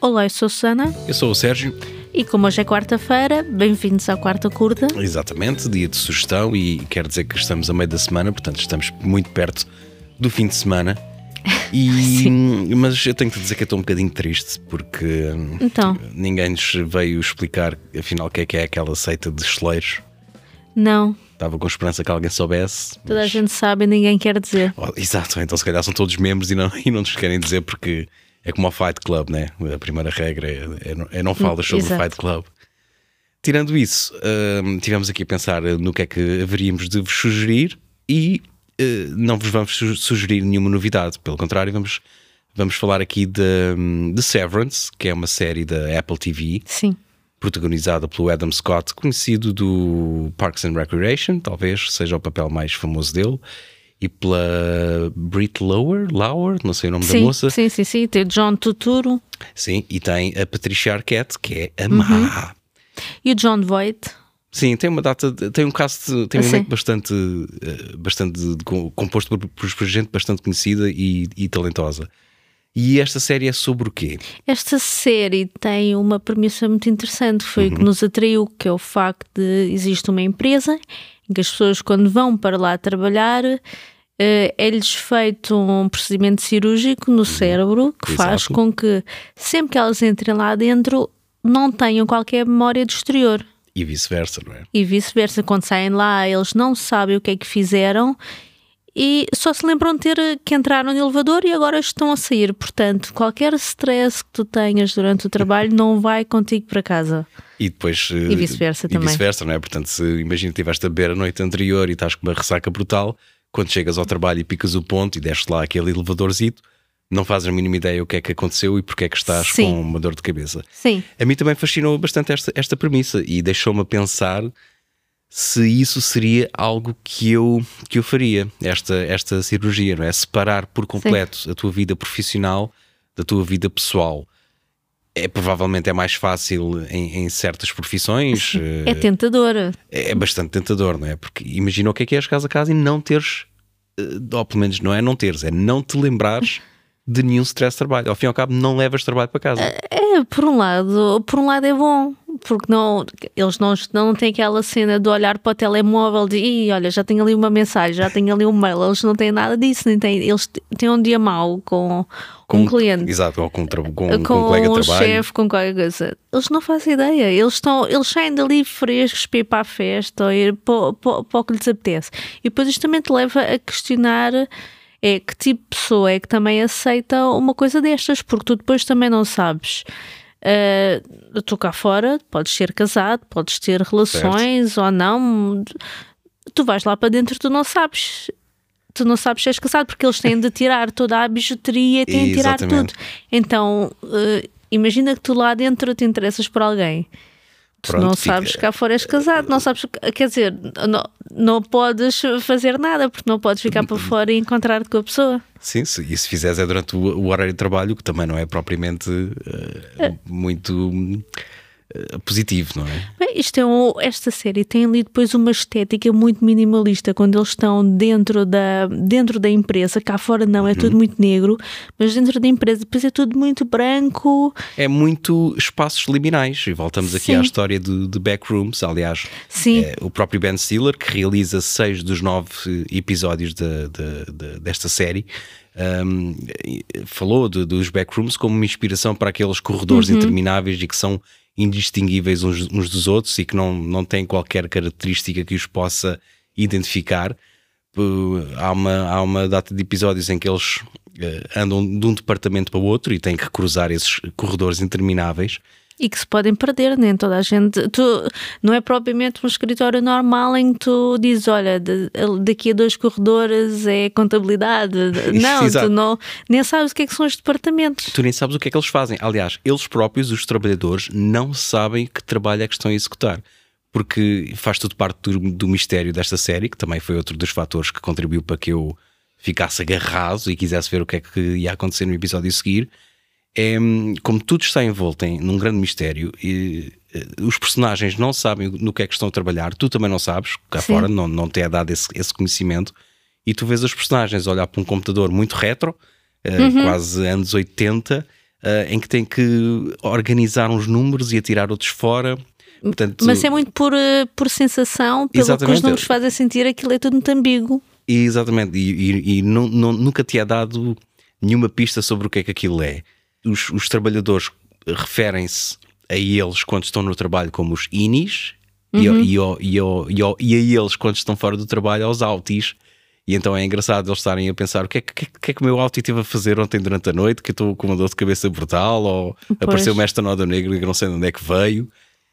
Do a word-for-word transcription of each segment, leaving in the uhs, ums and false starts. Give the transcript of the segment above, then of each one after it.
Olá, eu sou a Susana. Eu sou o Sérgio. E como hoje é quarta-feira, bem-vindos à Quarta Curta. Exatamente, dia de sugestão, e quer dizer que estamos a meio da semana, portanto estamos muito perto do fim de semana. E, mas eu tenho que dizer que eu estou um bocadinho triste porque então. ninguém nos veio explicar afinal o que é que é aquela seita de cheleiros. Não. Estava com esperança que alguém soubesse. Toda mas... a gente sabe e ninguém quer dizer. Oh, exato, então se calhar são todos membros e não, e não nos querem dizer, porque é como ao Fight Club, né? A primeira regra é, é, não, é não falas sobre Exato. o Fight Club. Tirando isso, uh, tivemos aqui a pensar no que é que haveríamos de vos sugerir e uh, não vos vamos su- sugerir nenhuma novidade. Pelo contrário, vamos, vamos falar aqui de, de Severance, que é uma série da Apple T V. Sim. Protagonizada pelo Adam Scott, conhecido do Parks and Recreation, talvez seja o papel mais famoso dele, e pela Brit Lauer, Lauer, não sei o nome sim, da moça. Sim, sim, sim. Tem o John Turturro. Sim, e tem a Patricia Arquette, que é a má. Uhum. E o John Voight. Sim, tem uma data, tem um cast, tem um Ah, elenco sim. bastante, bastante composto por, por gente bastante conhecida e, e talentosa. E esta série é sobre o quê? Esta série tem uma premissa muito interessante, foi o que nos atraiu, que é o facto de existe uma empresa em que as pessoas, quando vão para lá trabalhar, eh, é-lhes feito um procedimento cirúrgico no cérebro que Exato. faz com que sempre que elas entrem lá dentro não tenham qualquer memória do exterior. E vice-versa, não é? E vice-versa, quando saem lá eles não sabem o que é que fizeram e só se lembram de ter que entraram no elevador e agora estão a sair. Portanto, qualquer stress que tu tenhas durante o trabalho não vai contigo para casa. E depois E vice-versa e também. vice-versa, não é? Portanto, se imagina que estiveste a beber a noite anterior e estás com uma ressaca brutal, quando chegas ao trabalho e picas o ponto e desces lá aquele elevadorzito, não fazes a mínima ideia o que é que aconteceu e porque é que estás Sim. com uma dor de cabeça. Sim. A mim também fascinou bastante esta, esta premissa e deixou-me a pensar se isso seria algo que eu, que eu faria, esta, esta cirurgia, não é? Separar por completo Sim. a tua vida profissional da tua vida pessoal. É, provavelmente é mais fácil em, em certas profissões. É tentadora. É, é bastante tentador, não é? Porque imagina o que é que é chegares a casa e não teres, ou pelo menos não é não teres, é não te lembrares de nenhum stress de trabalho. Ao fim e ao cabo não levas trabalho para casa. É, por um lado, por um lado é bom, porque não, eles não, não têm aquela cena de olhar para o telemóvel de Ih, olha, já tenho ali uma mensagem, já tenho ali um mail. Eles não têm nada disso, nem têm, eles têm um dia mau com, com um cliente. Exato, ou com, com, com, com um colega de um trabalho. chefe, com qualquer coisa. Eles não fazem ideia. Eles, estão, eles saem dali frescos para ir para a festa ou ir para, para, para o que lhes apetece. E depois isto também te leva a questionar é que tipo de pessoa é que também aceita uma coisa destas, porque tu depois também não sabes. Uh, tu cá fora, podes ser casado, podes ter relações certo. Ou não. Tu vais lá para dentro, tu não sabes. Tu não sabes se és casado, porque eles têm de tirar toda a bijuteria e têm de tirar tudo. Então, uh, imagina que tu lá dentro te interessas por alguém. Tu Pronto, não sabes fica... cá fora és casado, não sabes, quer dizer, não, não podes fazer nada, porque não podes ficar para fora e encontrar-te com a pessoa. Sim, se, e se fizeres é durante o, o horário de trabalho, que também não é propriamente uh, é. muito uh, positivo, não é? Bem, isto é um, esta série tem ali depois uma estética muito minimalista, quando eles estão dentro da, dentro da empresa, cá fora não, é uhum. tudo muito negro, mas dentro da empresa depois é tudo muito branco. É muito espaços liminais, e voltamos Sim. aqui à história de, de Backrooms, aliás, é, o próprio Ben Stiller, que realiza seis dos nove episódios de, de, de, desta série, um, falou de, dos Backrooms como uma inspiração para aqueles corredores uhum. intermináveis e que são indistinguíveis uns, uns dos outros e que não, não têm qualquer característica que os possa identificar. Há uma, há uma data de episódios em que eles uh, andam de um departamento para o outro e têm que cruzar esses corredores intermináveis. E que se podem perder, nem toda a gente. Tu, não é propriamente um escritório normal em que tu dizes, olha, de, daqui a dois corredores é contabilidade. Não, tu não, nem sabes o que é que são os departamentos. Tu nem sabes o que é que eles fazem. Aliás, eles próprios, os trabalhadores, não sabem que trabalho é que estão a executar. Porque faz tudo parte do, do mistério desta série, que também foi outro dos fatores que contribuiu para que eu ficasse agarrado e quisesse ver o que é que ia acontecer no episódio a seguir. É, como tudo está envolto em, num grande mistério e uh, os personagens não sabem no que é que estão a trabalhar, tu também não sabes, cá Sim. fora não, não te é dado esse, esse conhecimento, e tu vês os personagens olhar para um computador muito retro, uh, uhum. quase anos oitenta, uh, em que tem que organizar uns números e atirar outros fora. Portanto, mas é muito por, por sensação, pelo exatamente. Que os números fazem sentir, aquilo é tudo muito ambíguo. Exatamente, e, e, e não, não, nunca te é dado nenhuma pista sobre o que é que aquilo é. Os, os trabalhadores referem-se a eles quando estão no trabalho como os inis, uhum. e, e, e, e, e a eles quando estão fora do trabalho aos autis. E então é engraçado eles estarem a pensar o que é que, que, é que o meu auti teve a fazer ontem durante a noite, que eu estou com uma dor de cabeça brutal, ou apareceu-me esta nódoa negra que não sei de onde é que veio.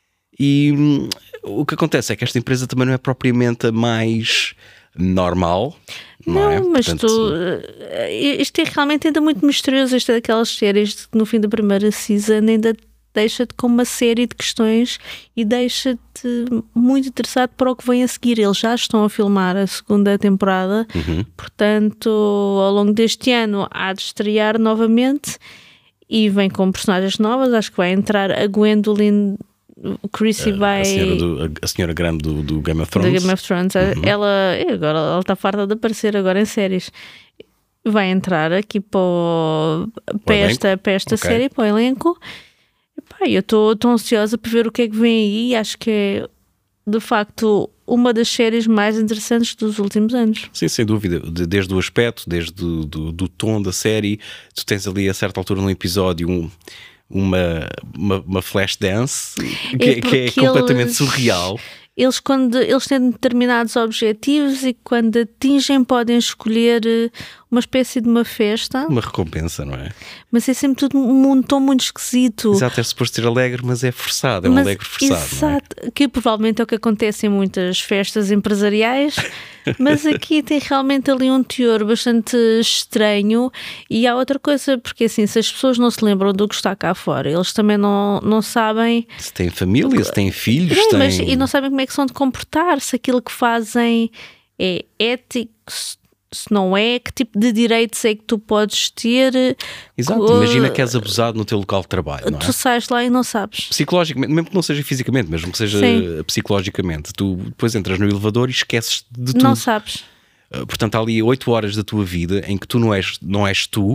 E hum, o que acontece é que esta empresa também não é propriamente a mais normal. Não, não é? Mas Portanto, tu, isto é realmente ainda muito misterioso. Isto é daquelas séries que no fim da primeira season ainda deixa-te com uma série de questões e deixa-te muito interessado para o que vem a seguir. Eles já estão a filmar a segunda temporada, uhum. portanto ao longo deste ano há de estrear novamente e vem com personagens novas. Acho que vai entrar a Gwendolyn. O Chrissy vai... A senhora, do, a senhora grande do, do Game of Thrones. Do Game of Thrones. Uhum. Ela, agora, ela está farta de aparecer agora em séries. Vai entrar aqui para, o, para, esta, para esta okay. série, para o elenco. E, pá, eu estou ansiosa para ver o que é que vem aí. Acho que é, de facto, uma das séries mais interessantes dos últimos anos. Sim, sem dúvida. Desde o aspecto, desde do, do, do tom da série. Tu tens ali, a certa altura, num episódio... Um, Uma, uma, uma flash dance que é, que é completamente eles, surreal. Eles, quando, eles têm determinados objetivos e quando atingem podem escolher uma espécie de uma festa. Uma recompensa, não é? Mas é sempre tudo um tom muito esquisito. Exato, é suposto ser alegre, mas é forçado, é um mas, alegre forçado. Exato, não é? Que provavelmente é o que acontece em muitas festas empresariais. Mas aqui tem realmente ali um teor bastante estranho. E há outra coisa, porque assim, se as pessoas não se lembram do que está cá fora, eles também não, não sabem... Se têm família, se têm filhos... É, têm... Mas, e não sabem como é que são de comportar, se aquilo que fazem é ético, se não é, que tipo de direitos é que tu podes ter. Exato, uh, imagina que és abusado no teu local de trabalho, não é? Tu sais lá e não sabes. Psicologicamente, mesmo que não seja fisicamente, mesmo que seja Sim. psicologicamente, tu depois entras no elevador e esqueces de tudo. Não sabes. Uh, portanto, há ali oito horas da tua vida em que tu não és, não és tu uh,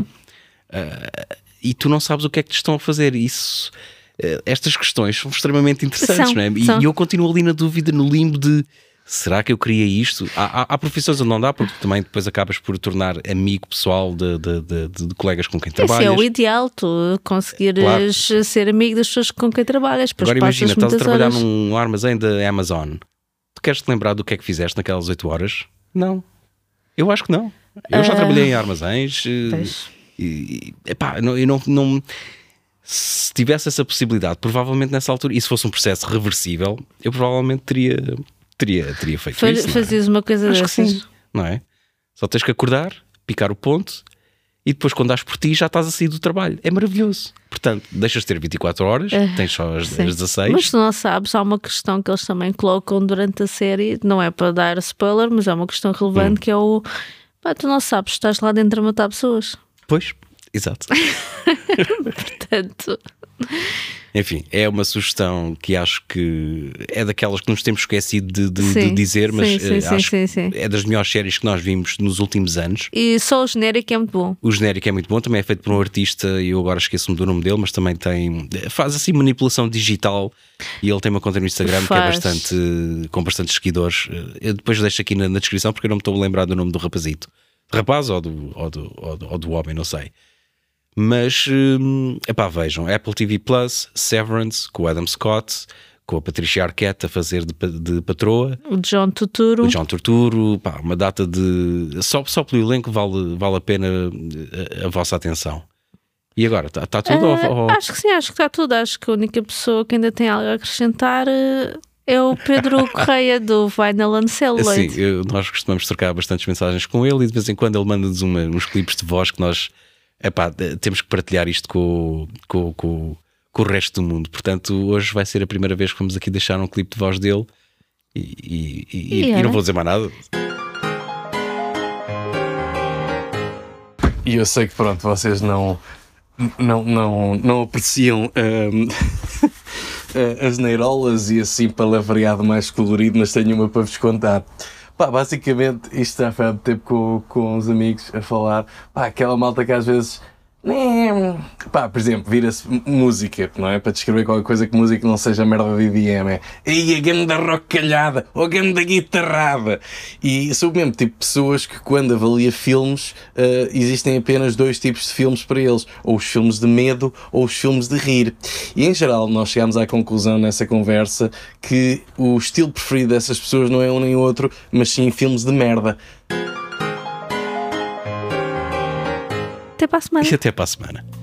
e tu não sabes o que é que te estão a fazer. Isso, uh, estas questões são extremamente interessantes, são, não é? E, são. e eu continuo ali na dúvida, no limbo de será que eu queria isto? Há, há, há profissões onde não dá, porque também depois acabas por tornar amigo pessoal de, de, de, de, de colegas com quem trabalhas. Esse é o ideal, tu conseguires claro. ser amigo das pessoas com quem trabalhas. Agora imagina, estás a trabalhar horas. num armazém da Amazon. Tu queres te lembrar do que é que fizeste naquelas oito horas? Não. Eu acho que não. Eu uh, já trabalhei em armazéns pois. e, e epá, não, eu não... não se tivesse essa possibilidade, provavelmente nessa altura, e se fosse um processo reversível, eu provavelmente teria... Teria, teria feito Faz, isso. Fazias uma coisa Acho dessas. Sim, não é? Só tens que acordar, picar o ponto e depois, quando dás por ti, já estás a sair do trabalho. É maravilhoso. Portanto, deixas de ter vinte e quatro horas, uh, tens só as, as dezasseis. Mas tu não sabes, há uma questão que eles também colocam durante a série, não é para dar spoiler, mas é uma questão relevante hum. que é o. Pá, tu não sabes, estás lá dentro a matar pessoas. Pois, exato. Portanto. Enfim, é uma sugestão que acho que é daquelas que nos temos esquecido de, de, sim, de dizer, mas sim, sim, acho sim, sim. que é das melhores séries que nós vimos nos últimos anos. E só o genérico é muito bom. O genérico é muito bom, também é feito por um artista, e eu agora esqueço-me do nome dele, mas também tem, faz assim manipulação digital, e ele tem uma conta no Instagram faz. que é bastante, com bastantes seguidores. Eu depois deixo aqui na, na descrição, porque eu não me estou a lembrar do nome do rapazito. Rapaz ou do, ou do, ou do, ou do homem, não sei. Mas, hum, epá, vejam, Apple T V Plus, Severance, com o Adam Scott, com a Patricia Arquette a fazer de, de patroa. O John Turturro. O John Turturro, pá, uma data de... Só, só pelo elenco vale, vale a pena a, a vossa atenção. E agora, está tá tudo? Uh, ou, ou... Acho que sim, acho que está tudo. Acho que a única pessoa que ainda tem algo a acrescentar uh, é o Pedro Correia do Vinyl and Celluloid. Sim, eu, nós costumamos trocar bastantes mensagens com ele e de vez em quando ele manda-nos uma, uns clipes de voz que nós... Epá, temos que partilhar isto com, com, com, com o resto do mundo. Portanto, hoje vai ser a primeira vez que vamos aqui deixar um clipe de voz dele e, e, e, e, e não vou dizer mais nada. E eu sei que pronto, vocês não não, não, não apreciam um, as neirolas e assim palavreado mais colorido, mas tenho uma para vos contar. Pá, basicamente, isto já foi há muito tempo com, com os amigos a falar. Pá, aquela malta que às vezes Nem, pá, por exemplo, vira-se música, não é? Para descrever qualquer coisa que música não seja merda de I D M, é ei, a ganda rockalhada, ou a ganda guitarrada. E sou mesmo tipo de pessoas que, quando avalia filmes, uh, existem apenas dois tipos de filmes para eles: ou os filmes de medo ou os filmes de rir. E em geral, nós chegámos à conclusão nessa conversa que o estilo preferido dessas pessoas não é um nem outro, mas sim filmes de merda. Até para a semana. E até para a semana.